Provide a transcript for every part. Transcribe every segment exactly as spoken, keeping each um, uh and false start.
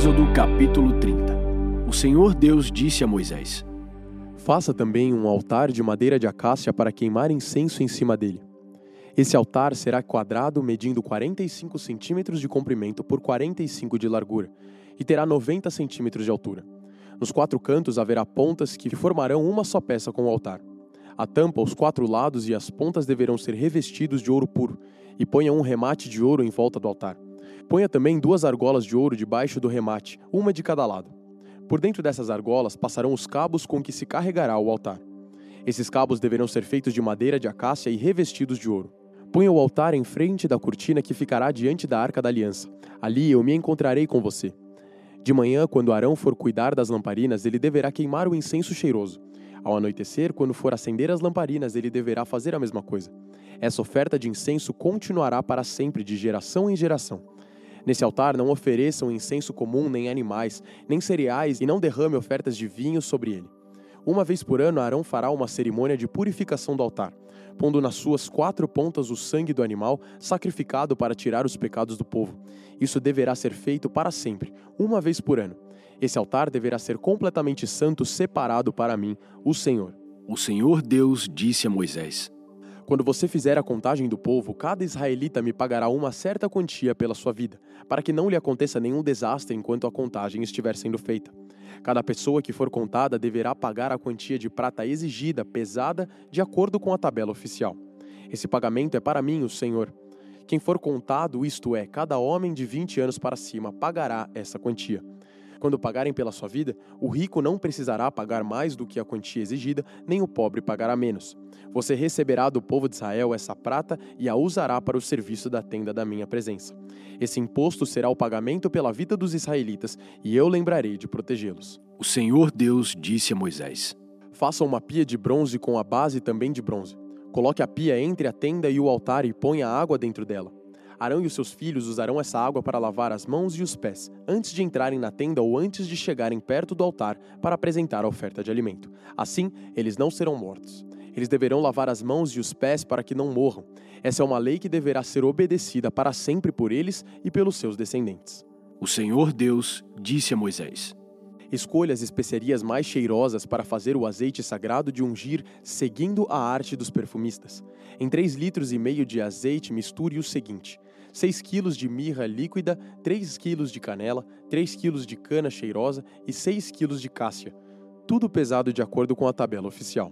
Êxodo capítulo trinta. O Senhor Deus disse a Moisés: Faça também um altar de madeira de acácia para queimar incenso em cima dele. Esse altar será quadrado, medindo quarenta e cinco centímetros de comprimento por quarenta e cinco de largura, e terá noventa centímetros de altura. Nos quatro cantos haverá pontas que formarão uma só peça com o altar. A tampa, os quatro lados e as pontas deverão ser revestidos de ouro puro, e ponha um remate de ouro em volta do altar. Ponha também duas argolas de ouro debaixo do remate, uma de cada lado. Por dentro dessas argolas passarão os cabos com que se carregará o altar. Esses cabos deverão ser feitos de madeira de acácia e revestidos de ouro. Ponha o altar em frente da cortina que ficará diante da Arca da Aliança. Ali eu me encontrarei com você. De manhã, quando Arão for cuidar das lamparinas, ele deverá queimar o incenso cheiroso. Ao anoitecer, quando for acender as lamparinas, ele deverá fazer a mesma coisa. Essa oferta de incenso continuará para sempre, de geração em geração. Nesse altar não ofereçam incenso comum, nem animais, nem cereais, e não derrame ofertas de vinho sobre ele. Uma vez por ano, Arão fará uma cerimônia de purificação do altar, pondo nas suas quatro pontas o sangue do animal sacrificado para tirar os pecados do povo. Isso deverá ser feito para sempre, uma vez por ano. Esse altar deverá ser completamente santo, separado para mim, o Senhor. O Senhor Deus disse a Moisés: Quando você fizer a contagem do povo, cada israelita me pagará uma certa quantia pela sua vida, para que não lhe aconteça nenhum desastre enquanto a contagem estiver sendo feita. Cada pessoa que for contada deverá pagar a quantia de prata exigida, pesada, de acordo com a tabela oficial. Esse pagamento é para mim, o Senhor. Quem for contado, isto é, cada homem de vinte anos para cima, pagará essa quantia. Quando pagarem pela sua vida, o rico não precisará pagar mais do que a quantia exigida, nem o pobre pagará menos. Você receberá do povo de Israel essa prata e a usará para o serviço da tenda da minha presença. Esse imposto será o pagamento pela vida dos israelitas, e eu lembrarei de protegê-los. O Senhor Deus disse a Moisés: Faça uma pia de bronze com a base também de bronze. Coloque a pia entre a tenda e o altar e ponha água dentro dela. Arão e os seus filhos usarão essa água para lavar as mãos e os pés, antes de entrarem na tenda ou antes de chegarem perto do altar para apresentar a oferta de alimento. Assim, eles não serão mortos. Eles deverão lavar as mãos e os pés para que não morram. Essa é uma lei que deverá ser obedecida para sempre por eles e pelos seus descendentes. O Senhor Deus disse a Moisés: Escolha as especiarias mais cheirosas para fazer o azeite sagrado de ungir, seguindo a arte dos perfumistas. Em três litros e meio de azeite, misture o seguinte: seis quilos de mirra líquida, três quilos de canela, três quilos de cana cheirosa e seis quilos de cássia. Tudo pesado de acordo com a tabela oficial.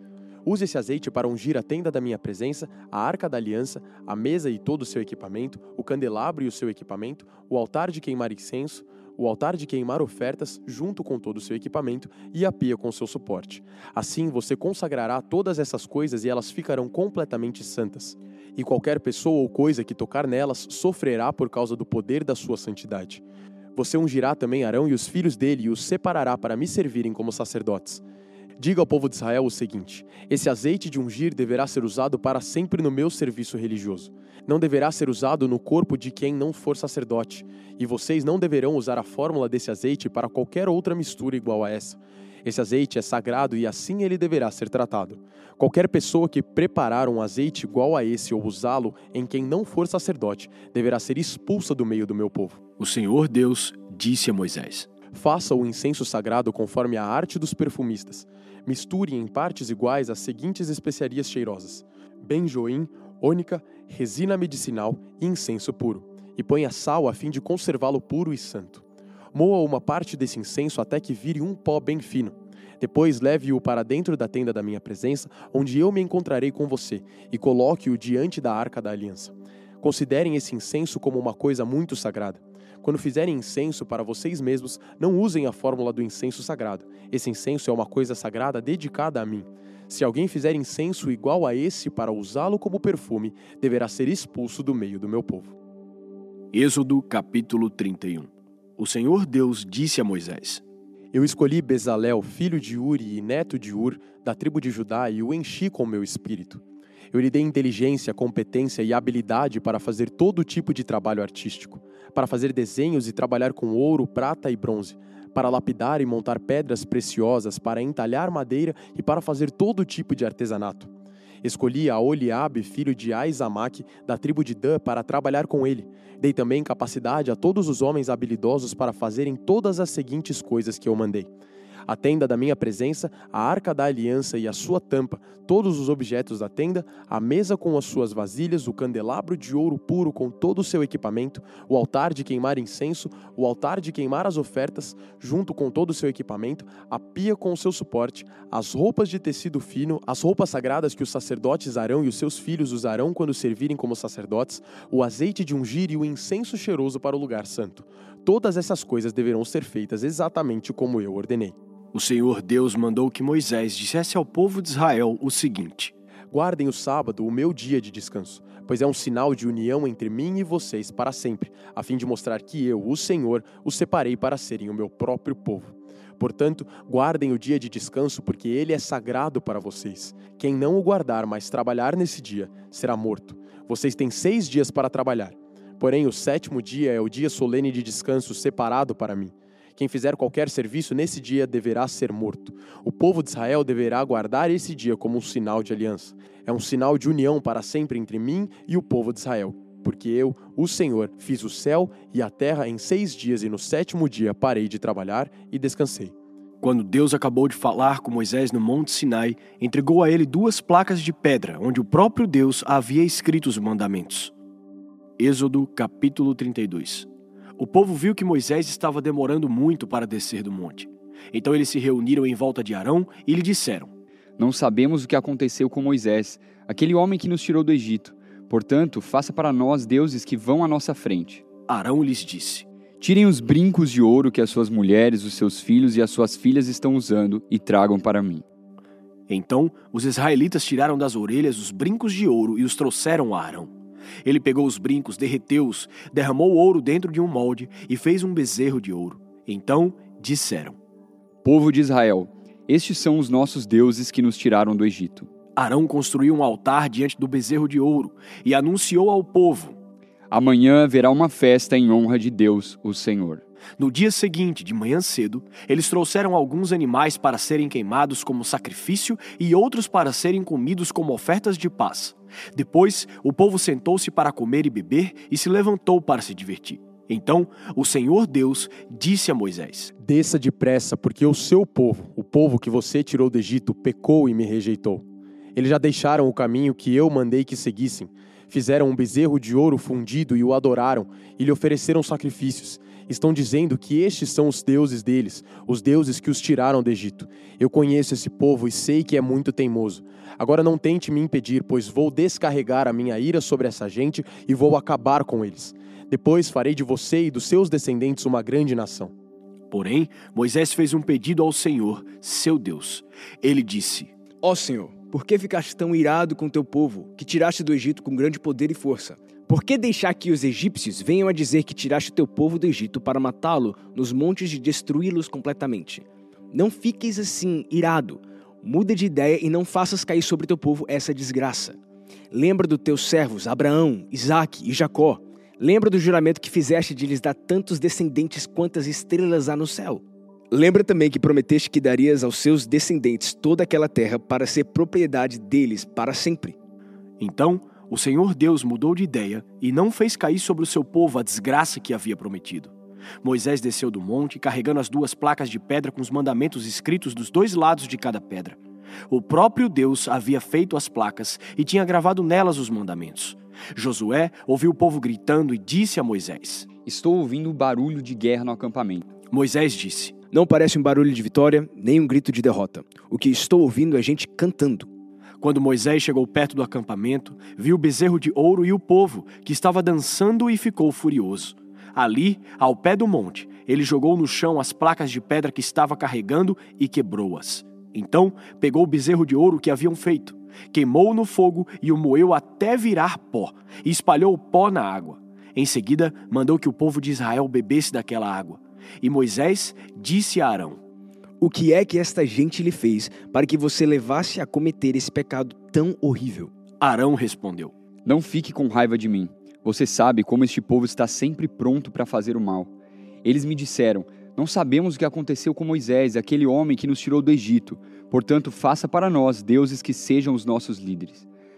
Use esse azeite para ungir a tenda da minha presença, a arca da aliança, a mesa e todo o seu equipamento, o candelabro e o seu equipamento, o altar de queimar incenso, o altar de queimar ofertas junto com todo o seu equipamento e a pia com seu suporte. Assim você consagrará todas essas coisas e elas ficarão completamente santas. E qualquer pessoa ou coisa que tocar nelas sofrerá por causa do poder da sua santidade. Você ungirá também Arão e os filhos dele e os separará para me servirem como sacerdotes. Diga ao povo de Israel o seguinte: esse azeite de ungir deverá ser usado para sempre no meu serviço religioso. Não deverá ser usado no corpo de quem não for sacerdote. E vocês não deverão usar a fórmula desse azeite para qualquer outra mistura igual a essa. Esse azeite é sagrado e assim ele deverá ser tratado. Qualquer pessoa que preparar um azeite igual a esse ou usá-lo em quem não for sacerdote deverá ser expulsa do meio do meu povo. O Senhor Deus disse a Moisés: Faça o incenso sagrado conforme a arte dos perfumistas. Misture em partes iguais as seguintes especiarias cheirosas: benjoim, ônica, resina medicinal e incenso puro. E ponha sal a fim de conservá-lo puro e santo. Moa uma parte desse incenso até que vire um pó bem fino. Depois leve-o para dentro da tenda da minha presença, onde eu me encontrarei com você, e coloque-o diante da Arca da Aliança. Considerem esse incenso como uma coisa muito sagrada. Quando fizerem incenso para vocês mesmos, não usem a fórmula do incenso sagrado. Esse incenso é uma coisa sagrada dedicada a mim. Se alguém fizer incenso igual a esse para usá-lo como perfume, deverá ser expulso do meio do meu povo. Êxodo capítulo trinta e um. O Senhor Deus disse a Moisés: Eu escolhi Bezalel, filho de Uri e neto de Ur, da tribo de Judá, e o enchi com meu espírito. Eu lhe dei inteligência, competência e habilidade para fazer todo tipo de trabalho artístico, para fazer desenhos e trabalhar com ouro, prata e bronze, para lapidar e montar pedras preciosas, para entalhar madeira e para fazer todo tipo de artesanato. Escolhi a Oliabe, filho de Aizamaque, da tribo de Dan, para trabalhar com ele. Dei também capacidade a todos os homens habilidosos para fazerem todas as seguintes coisas que eu mandei: a tenda da minha presença, a arca da aliança e a sua tampa, todos os objetos da tenda, a mesa com as suas vasilhas, o candelabro de ouro puro com todo o seu equipamento, o altar de queimar incenso, o altar de queimar as ofertas, junto com todo o seu equipamento, a pia com o seu suporte, as roupas de tecido fino, as roupas sagradas que os sacerdotes Arão e os seus filhos usarão quando servirem como sacerdotes, o azeite de ungir e o incenso cheiroso para o lugar santo. Todas essas coisas deverão ser feitas exatamente como eu ordenei. O Senhor Deus mandou que Moisés dissesse ao povo de Israel o seguinte: guardem o sábado, o meu dia de descanso, pois é um sinal de união entre mim e vocês para sempre, a fim de mostrar que eu, o Senhor, os separei para serem o meu próprio povo. Portanto, guardem o dia de descanso, porque ele é sagrado para vocês. Quem não o guardar, mas trabalhar nesse dia, será morto. Vocês têm seis dias para trabalhar. Porém, o sétimo dia é o dia solene de descanso separado para mim. Quem fizer qualquer serviço nesse dia deverá ser morto. O povo de Israel deverá guardar esse dia como um sinal de aliança. É um sinal de união para sempre entre mim e o povo de Israel. Porque eu, o Senhor, fiz o céu e a terra em seis dias e no sétimo dia parei de trabalhar e descansei. Quando Deus acabou de falar com Moisés no Monte Sinai, entregou a ele duas placas de pedra, onde o próprio Deus havia escrito os mandamentos. Êxodo capítulo trinta e dois. O povo viu que Moisés estava demorando muito para descer do monte. Então eles se reuniram em volta de Arão e lhe disseram: não sabemos o que aconteceu com Moisés, aquele homem que nos tirou do Egito. Portanto, faça para nós deuses que vão à nossa frente. Arão lhes disse: tirem os brincos de ouro que as suas mulheres, os seus filhos e as suas filhas estão usando e tragam para mim. Então os israelitas tiraram das orelhas os brincos de ouro e os trouxeram a Arão. Ele pegou os brincos, derreteu-os, derramou ouro dentro de um molde e fez um bezerro de ouro. Então disseram: povo de Israel, estes são os nossos deuses que nos tiraram do Egito. Arão construiu um altar diante do bezerro de ouro e anunciou ao povo: amanhã haverá uma festa em honra de Deus, o Senhor. No dia seguinte, de manhã cedo, eles trouxeram alguns animais para serem queimados como sacrifício e outros para serem comidos como ofertas de paz. Depois, o povo sentou-se para comer e beber e se levantou para se divertir. Então, o Senhor Deus disse a Moisés: desça depressa, porque o seu povo, o povo que você tirou do Egito, pecou e me rejeitou. Eles já deixaram o caminho que eu mandei que seguissem. Fizeram um bezerro de ouro fundido e o adoraram, e lhe ofereceram sacrifícios. Estão dizendo que estes são os deuses deles, os deuses que os tiraram do Egito. Eu conheço esse povo e sei que é muito teimoso. Agora não tente me impedir, pois vou descarregar a minha ira sobre essa gente e vou acabar com eles. Depois farei de você e dos seus descendentes uma grande nação. Porém, Moisés fez um pedido ao Senhor, seu Deus. Ele disse: ó Senhor, por que ficaste tão irado com teu povo, que tiraste do Egito com grande poder e força? Por que deixar que os egípcios venham a dizer que tiraste teu povo do Egito para matá-lo nos montes e destruí-los completamente? Não fiques assim, irado. Muda de ideia e não faças cair sobre teu povo essa desgraça. Lembra dos teus servos Abraão, Isaque e Jacó. Lembra do juramento que fizeste de lhes dar tantos descendentes quantas estrelas há no céu. Lembra também que prometeste que darias aos seus descendentes toda aquela terra para ser propriedade deles para sempre. Então, o Senhor Deus mudou de ideia e não fez cair sobre o seu povo a desgraça que havia prometido. Moisés desceu do monte, carregando as duas placas de pedra com os mandamentos escritos dos dois lados de cada pedra. O próprio Deus havia feito as placas e tinha gravado nelas os mandamentos. Josué ouviu o povo gritando e disse a Moisés: estou ouvindo o barulho de guerra no acampamento. Moisés disse: não parece um barulho de vitória, nem um grito de derrota. O que estou ouvindo é gente cantando. Quando Moisés chegou perto do acampamento, viu o bezerro de ouro e o povo, que estava dançando, e ficou furioso. Ali, ao pé do monte, ele jogou no chão as placas de pedra que estava carregando e quebrou-as. Então, pegou o bezerro de ouro que haviam feito, queimou-o no fogo e o moeu até virar pó, e espalhou o pó na água. Em seguida, mandou que o povo de Israel bebesse daquela água. E Moisés disse a Arão: o que é que esta gente lhe fez para que você levasse a cometer esse pecado tão horrível? Arão respondeu: não fique com raiva de mim. Você sabe como este povo está sempre pronto para fazer o mal. Eles me disseram: não sabemos o que aconteceu com Moisés, aquele homem que nos tirou do Egito. Portanto, faça para nós deuses que sejam os nossos líderes.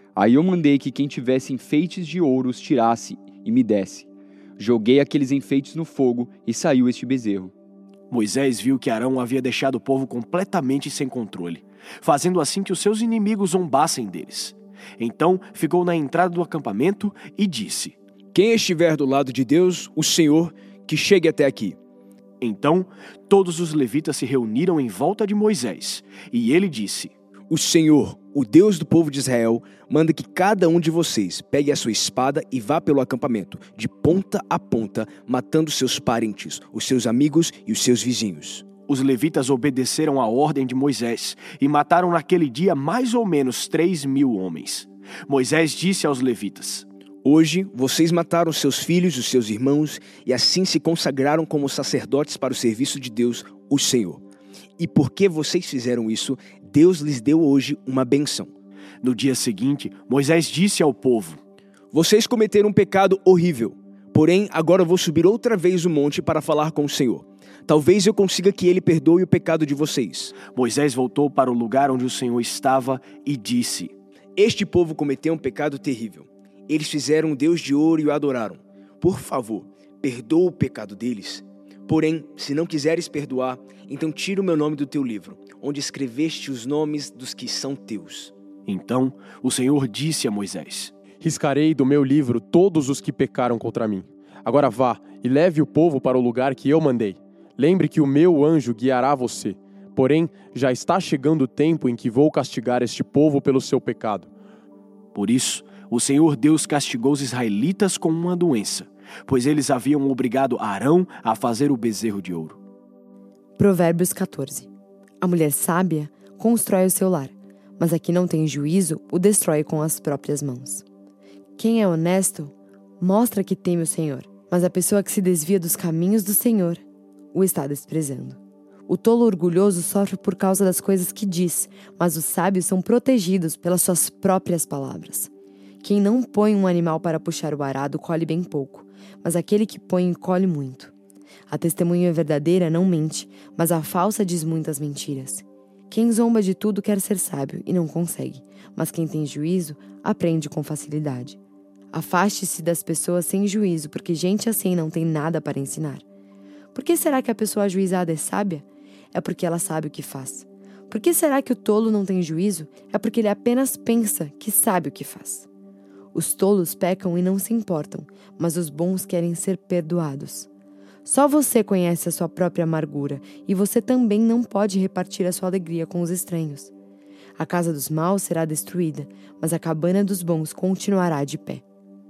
Aí eu mandei que quem tivesse enfeites de ouro os tirasse e me desse. Joguei aqueles enfeites no fogo e saiu este bezerro. Moisés viu que Arão havia deixado o povo completamente sem controle, fazendo assim que os seus inimigos zombassem deles. Então ficou na entrada do acampamento e disse: Quem estiver do lado de Deus, o Senhor, que chegue até aqui. Então todos os levitas se reuniram em volta de Moisés, e ele disse: O Senhor, o Deus do povo de Israel, manda que cada um de vocês pegue a sua espada e vá pelo acampamento, de ponta a ponta, matando seus parentes, os seus amigos e os seus vizinhos. Os levitas obedeceram à ordem de Moisés e mataram naquele dia mais ou menos três mil homens. Moisés disse aos levitas: Hoje vocês mataram seus filhos, os seus irmãos, e assim se consagraram como sacerdotes para o serviço de Deus, o Senhor. E porque vocês fizeram isso, Deus lhes deu hoje uma bênção. No dia seguinte, Moisés disse ao povo: Vocês cometeram um pecado horrível. Porém, agora vou subir outra vez o monte para falar com o Senhor. Talvez eu consiga que ele perdoe o pecado de vocês. Moisés voltou para o lugar onde o Senhor estava e disse: Este povo cometeu um pecado terrível. Eles fizeram um Deus de ouro e o adoraram. Por favor, perdoa o pecado deles. Porém, se não quiseres perdoar, então tira o meu nome do teu livro, onde escreveste os nomes dos que são teus. Então o Senhor disse a Moisés: Riscarei do meu livro todos os que pecaram contra mim. Agora vá e leve o povo para o lugar que eu mandei. Lembre que o meu anjo guiará você. Porém, já está chegando o tempo em que vou castigar este povo pelo seu pecado. Por isso, o Senhor Deus castigou os israelitas com uma doença, pois eles haviam obrigado Arão a fazer o bezerro de ouro. Provérbios catorze. A mulher sábia constrói o seu lar, mas a que não tem juízo o destrói com as próprias mãos. Quem é honesto mostra que teme o Senhor, mas a pessoa que se desvia dos caminhos do Senhor o está desprezando. O tolo orgulhoso sofre por causa das coisas que diz, mas os sábios são protegidos pelas suas próprias palavras. Quem não põe um animal para puxar o arado colhe bem pouco, mas aquele que põe colhe muito. A testemunha verdadeira não mente, mas a falsa diz muitas mentiras. Quem zomba de tudo quer ser sábio e não consegue, mas quem tem juízo aprende com facilidade. Afaste-se das pessoas sem juízo, porque gente assim não tem nada para ensinar. Por que será que a pessoa ajuizada é sábia? É porque ela sabe o que faz. Por que será que o tolo não tem juízo? É porque ele apenas pensa que sabe o que faz. Os tolos pecam e não se importam, mas os bons querem ser perdoados. Só você conhece a sua própria amargura, e você também não pode repartir a sua alegria com os estranhos. A casa dos maus será destruída, mas a cabana dos bons continuará de pé.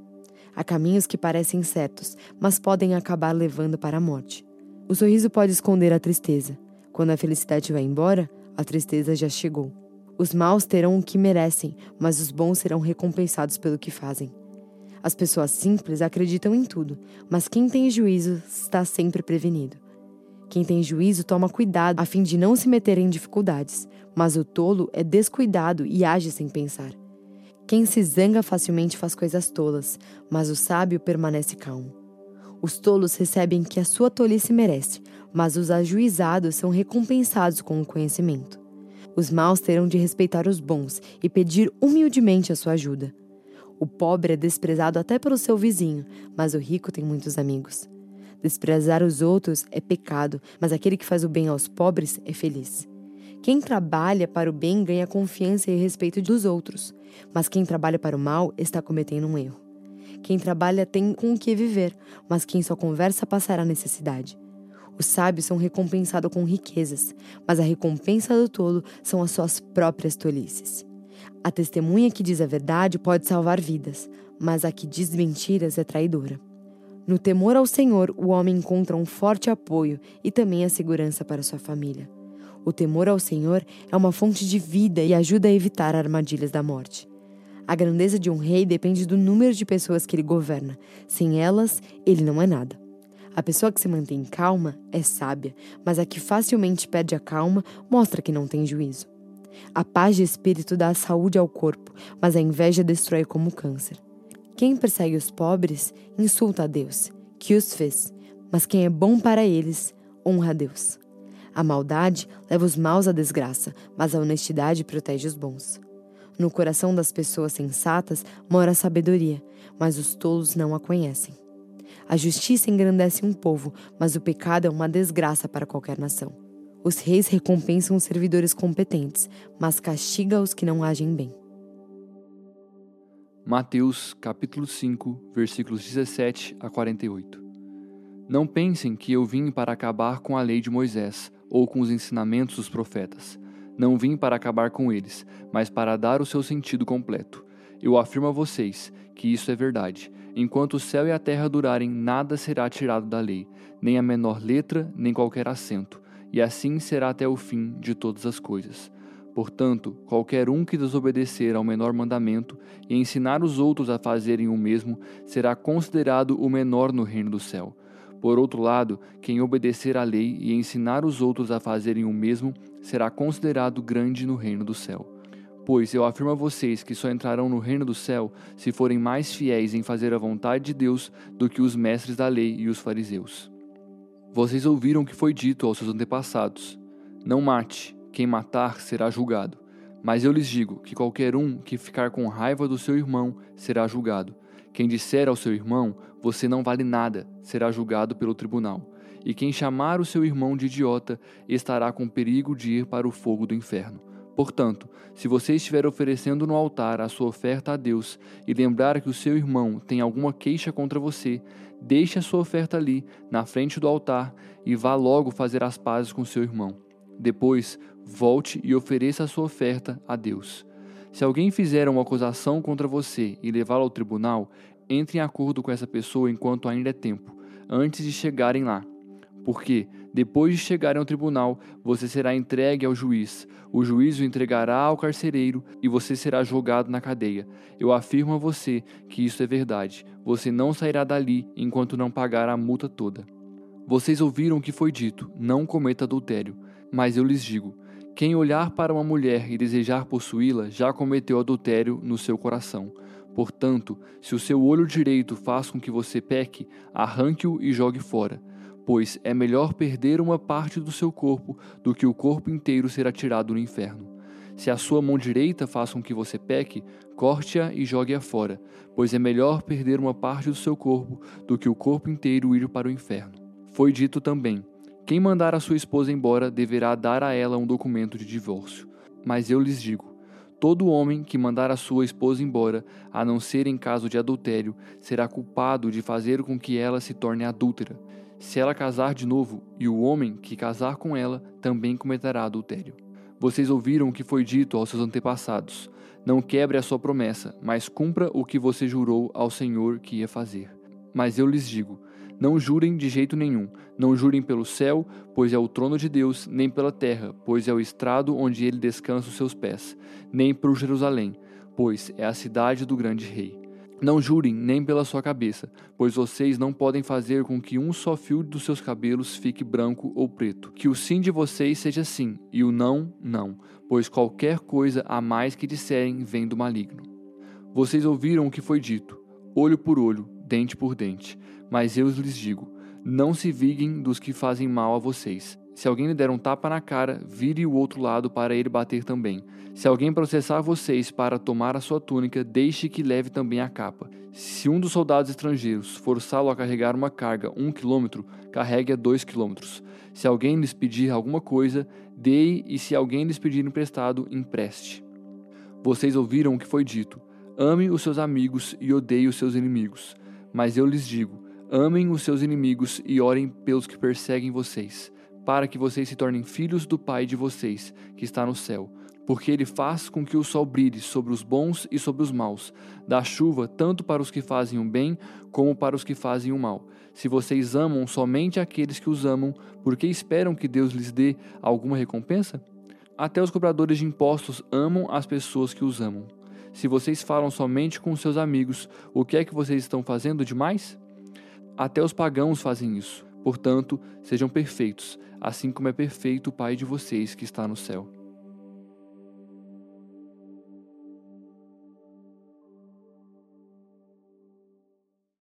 Há caminhos que parecem certos, mas podem acabar levando para a morte. O sorriso pode esconder a tristeza. Quando a felicidade vai embora, a tristeza já chegou. Os maus terão o que merecem, mas os bons serão recompensados pelo que fazem. As pessoas simples acreditam em tudo, mas quem tem juízo está sempre prevenido. Quem tem juízo toma cuidado a fim de não se meter em dificuldades, mas o tolo é descuidado e age sem pensar. Quem se zanga facilmente faz coisas tolas, mas o sábio permanece calmo. Os tolos recebem o que a sua tolice merece, mas os ajuizados são recompensados com o conhecimento. Os maus terão de respeitar os bons e pedir humildemente a sua ajuda. O pobre é desprezado até pelo seu vizinho, mas o rico tem muitos amigos. Desprezar os outros é pecado, mas aquele que faz o bem aos pobres é feliz. Quem trabalha para o bem ganha confiança e respeito dos outros, mas quem trabalha para o mal está cometendo um erro. Quem trabalha tem com o que viver, mas quem só conversa passará necessidade. Os sábios são recompensados com riquezas, mas a recompensa do tolo são as suas próprias tolices. A testemunha que diz a verdade pode salvar vidas, mas a que diz mentiras é traidora. No temor ao Senhor, o homem encontra um forte apoio e também a segurança para sua família. O temor ao Senhor é uma fonte de vida e ajuda a evitar armadilhas da morte. A grandeza de um rei depende do número de pessoas que ele governa. Sem elas, ele não é nada. A pessoa que se mantém calma é sábia, mas a que facilmente perde a calma mostra que não tem juízo. A paz de espírito dá saúde ao corpo, mas a inveja destrói como câncer. Quem persegue os pobres insulta a Deus, que os fez, mas quem é bom para eles honra a Deus. A maldade leva os maus à desgraça, mas a honestidade protege os bons. No coração das pessoas sensatas mora a sabedoria, mas os tolos não a conhecem. A justiça engrandece um povo, mas o pecado é uma desgraça para qualquer nação. Os reis recompensam os servidores competentes, mas castiga os que não agem bem. Mateus capítulo cinco, versículos dezessete a quarenta e oito. Não pensem que eu vim para acabar com a lei de Moisés ou com os ensinamentos dos profetas. Não vim para acabar com eles, mas para dar o seu sentido completo. Eu afirmo a vocês que isso é verdade. Enquanto o céu e a terra durarem, nada será tirado da lei, nem a menor letra, nem qualquer acento, e assim será até o fim de todas as coisas. Portanto, qualquer um que desobedecer ao menor mandamento e ensinar os outros a fazerem o mesmo, será considerado o menor no reino do céu. Por outro lado, quem obedecer à lei e ensinar os outros a fazerem o mesmo, será considerado grande no reino do céu. Pois eu afirmo a vocês que só entrarão no reino do céu se forem mais fiéis em fazer a vontade de Deus do que os mestres da lei e os fariseus. Vocês ouviram o que foi dito aos seus antepassados: não mate, quem matar será julgado. Mas eu lhes digo que qualquer um que ficar com raiva do seu irmão será julgado. Quem disser ao seu irmão, você não vale nada, será julgado pelo tribunal. E quem chamar o seu irmão de idiota estará com perigo de ir para o fogo do inferno. Portanto, se você estiver oferecendo no altar a sua oferta a Deus e lembrar que o seu irmão tem alguma queixa contra você, deixe a sua oferta ali, na frente do altar, e vá logo fazer as pazes com seu irmão. Depois, volte e ofereça a sua oferta a Deus. Se alguém fizer uma acusação contra você e levá-la ao tribunal, entre em acordo com essa pessoa enquanto ainda é tempo, antes de chegarem lá. Porque, depois de chegarem ao tribunal, você será entregue ao juiz. O juiz o entregará ao carcereiro e você será jogado na cadeia. Eu afirmo a você que isso é verdade. Você não sairá dali enquanto não pagar a multa toda. Vocês ouviram o que foi dito: não cometa adultério. Mas eu lhes digo: quem olhar para uma mulher e desejar possuí-la, já cometeu adultério no seu coração. Portanto, se o seu olho direito faz com que você peque, arranque-o e jogue fora. Pois é melhor perder uma parte do seu corpo do que o corpo inteiro ser atirado no inferno. Se a sua mão direita faz com que você peque, corte-a e jogue-a fora, pois é melhor perder uma parte do seu corpo do que o corpo inteiro ir para o inferno. Foi dito também: quem mandar a sua esposa embora deverá dar a ela um documento de divórcio. Mas eu lhes digo: todo homem que mandar a sua esposa embora, a não ser em caso de adultério, será culpado de fazer com que ela se torne adúltera. Se ela casar de novo, e o homem que casar com ela também cometerá adultério. Vocês ouviram o que foi dito aos seus antepassados: não quebre a sua promessa, mas cumpra o que você jurou ao Senhor que ia fazer. Mas eu lhes digo: não jurem de jeito nenhum. Não jurem pelo céu, pois é o trono de Deus, nem pela terra, pois é o estrado onde ele descansa os seus pés, nem por Jerusalém, pois é a cidade do grande rei. Não jurem nem pela sua cabeça, pois vocês não podem fazer com que um só fio dos seus cabelos fique branco ou preto. Que o sim de vocês seja sim, e o não, não, pois qualquer coisa a mais que disserem vem do maligno. Vocês ouviram o que foi dito: olho por olho, dente por dente. Mas eu lhes digo: não se viguem dos que fazem mal a vocês. Se alguém lhe der um tapa na cara, vire o outro lado para ele bater também. Se alguém processar vocês para tomar a sua túnica, deixe que leve também a capa. Se um dos soldados estrangeiros forçá-lo a carregar uma carga um quilômetro, carregue a dois quilômetros. Se alguém lhes pedir alguma coisa, dê, e se alguém lhes pedir emprestado, empreste. Vocês ouviram o que foi dito: ame os seus amigos e odeie os seus inimigos. Mas eu lhes digo: amem os seus inimigos e orem pelos que perseguem vocês, para que vocês se tornem filhos do Pai de vocês, que está no céu. Porque ele faz com que o sol brilhe sobre os bons e sobre os maus, dá chuva tanto para os que fazem o bem, como para os que fazem o mal. Se vocês amam somente aqueles que os amam, por que esperam que Deus lhes dê alguma recompensa? Até os cobradores de impostos amam as pessoas que os amam. Se vocês falam somente com seus amigos, o que é que vocês estão fazendo demais? Até os pagãos fazem isso. Portanto, sejam perfeitos, assim como é perfeito o Pai de vocês que está no céu.